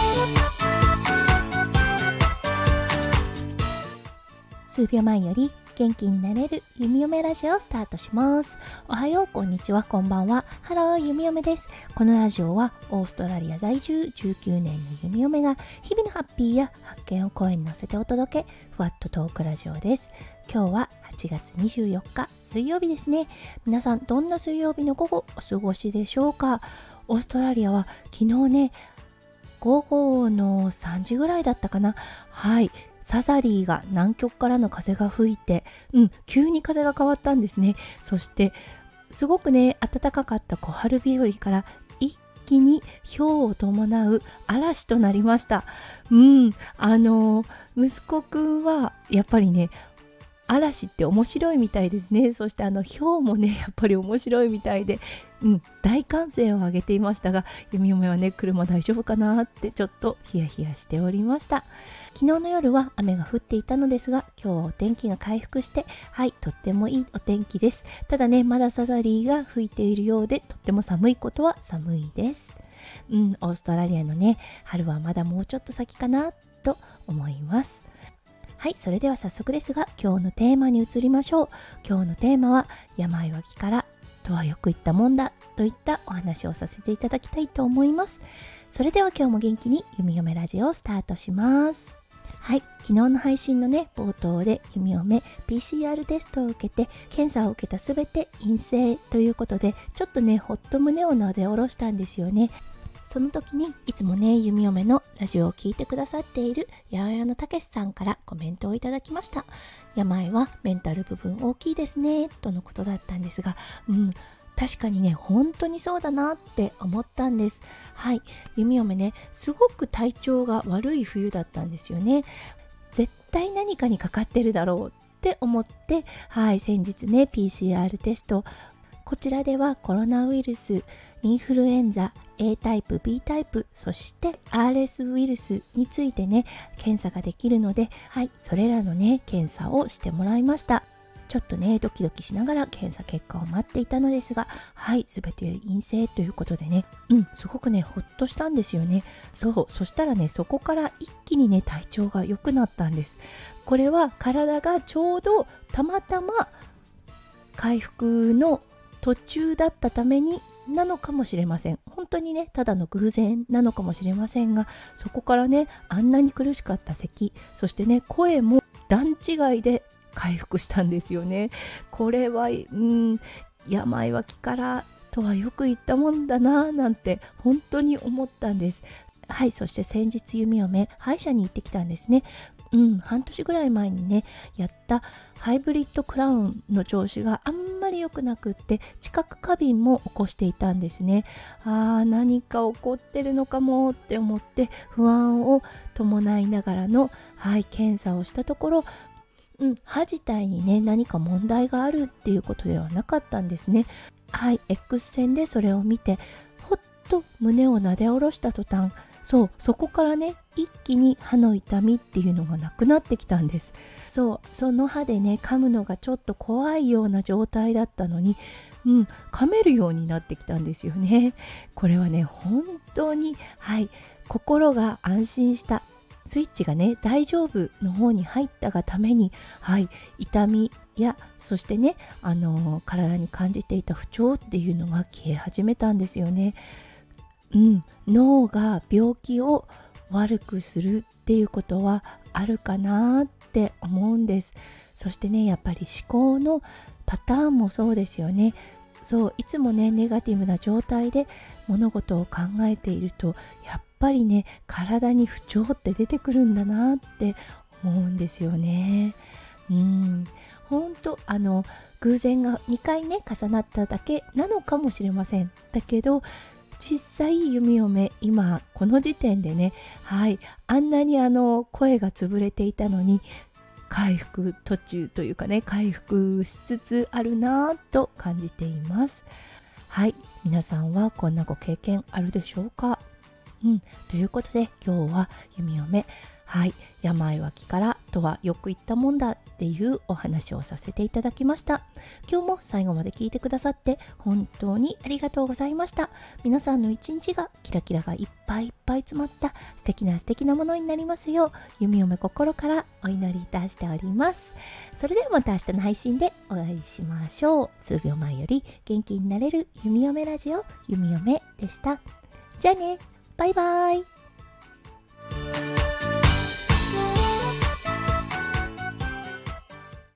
数秒前より元気になれるゆみおめラジオをスタートします。おはよう、こんにちは、こんばんは。ハロー、ゆみおめです。このラジオはオーストラリア在住19年のゆみおめが日々のハッピーや発見を声に乗せてお届け、ふわっとトークラジオです。今日は8月24日水曜日ですね。皆さんどんな水曜日の午後お過ごしでしょうか。オーストラリアは昨日ね、午後の3時ぐらいだったかな。はい。サザリーが南極からの風が吹いて、急に風が変わったんですね。そしてすごくね、暖かかった小春日和から一気に雹を伴う嵐となりました。息子くんはやっぱりね、嵐って面白いみたいですね。そして雹もね、やっぱり面白いみたいで、大歓声を上げていましたが、ゆみおめはね、車大丈夫かなってちょっとヒヤヒヤしておりました。昨日の夜は雨が降っていたのですが、今日はお天気が回復して、とってもいいお天気です。ただね、まだサザリーが吹いているようで、とっても寒いことは寒いです。オーストラリアのね、春はまだもうちょっと先かなと思います。それでは早速ですが、今日のテーマに移りましょう。今日のテーマは、病は気からとはよく言ったもんだといったお話をさせていただきたいと思います。それでは今日も元気にゆみおめラジオをスタートします。昨日の配信のね、冒頭でゆみおめ PCR テストを受けて、検査を受けたすべて陰性ということで、ちょっとね、ほっと胸をなで下ろしたんですよね。その時にいつもね、ゆみおめのラジオを聞いてくださっているやおやのたけしさんからコメントをいただきました。病はメンタル部分大きいですねとのことだったんですが、確かにね、本当にそうだなって思ったんです。ゆみおめね、すごく体調が悪い冬だったんですよね。絶対何かにかかってるだろうって思って、先日ね、 PCR テスト、こちらではコロナウイルス、インフルエンザ、A タイプ、B タイプ、そして RS ウイルスについてね、検査ができるので、それらのね、検査をしてもらいました。ちょっとね、ドキドキしながら検査結果を待っていたのですが、すべて陰性ということでね、すごくね、ほっとしたんですよね。そしたらね、そこから一気にね、体調が良くなったんです。これは体がちょうどたまたま回復の途中だったためになのかもしれません。本当にね、ただの偶然なのかもしれませんが、そこからね、あんなに苦しかった咳、そしてね、声も段違いで回復したんですよね。これは病は気からとはよく言ったもんだななんて本当に思ったんです。そして先日ゆみおめ歯医者に行ってきたんですね。半年ぐらい前にね、やったハイブリッドクラウンの調子があんまり良くなくって、知覚過敏も起こしていたんですね。何か起こってるのかもって思って不安を伴いながらの、検査をしたところ、歯自体にね、何か問題があるっていうことではなかったんですね。X 線でそれを見て、ほっと胸をなで下ろした途端、そこからね、一気に歯の痛みっていうのがなくなってきたんです。その歯でね、噛むのがちょっと怖いような状態だったのに、噛めるようになってきたんですよね。これはね、本当に心が安心した。スイッチがね、大丈夫の方に入ったがために、痛みや、そしてね、体に感じていた不調っていうのが消え始めたんですよね。脳が病気を悪くするっていうことはあるかなって思うんです。そしてね、やっぱり思考のパターンもそうですよね。いつもね、ネガティブな状態で物事を考えていると、やっぱりね、体に不調って出てくるんだなって思うんですよね。本当偶然が2回ね、重なっただけなのかもしれません。だけど実際ゆみおめ、今この時点でね、あんなに声が潰れていたのに、回復途中というかね、回復しつつあるなぁと感じています。皆さんはこんなご経験あるでしょうか。ということで今日はゆみおめ、病は気からとはよく言ったもんだっっていうお話をさせていただきました。今日も最後まで聞いてくださって本当にありがとうございました。皆さんの一日がキラキラがいっぱいいっぱい詰まった素敵なものになりますよう、弓嫁心からお祈りいたしております。それではまた明日の配信でお会いしましょう。数秒前より元気になれる弓嫁ラジオ、弓嫁でした。じゃあね、バイバイ。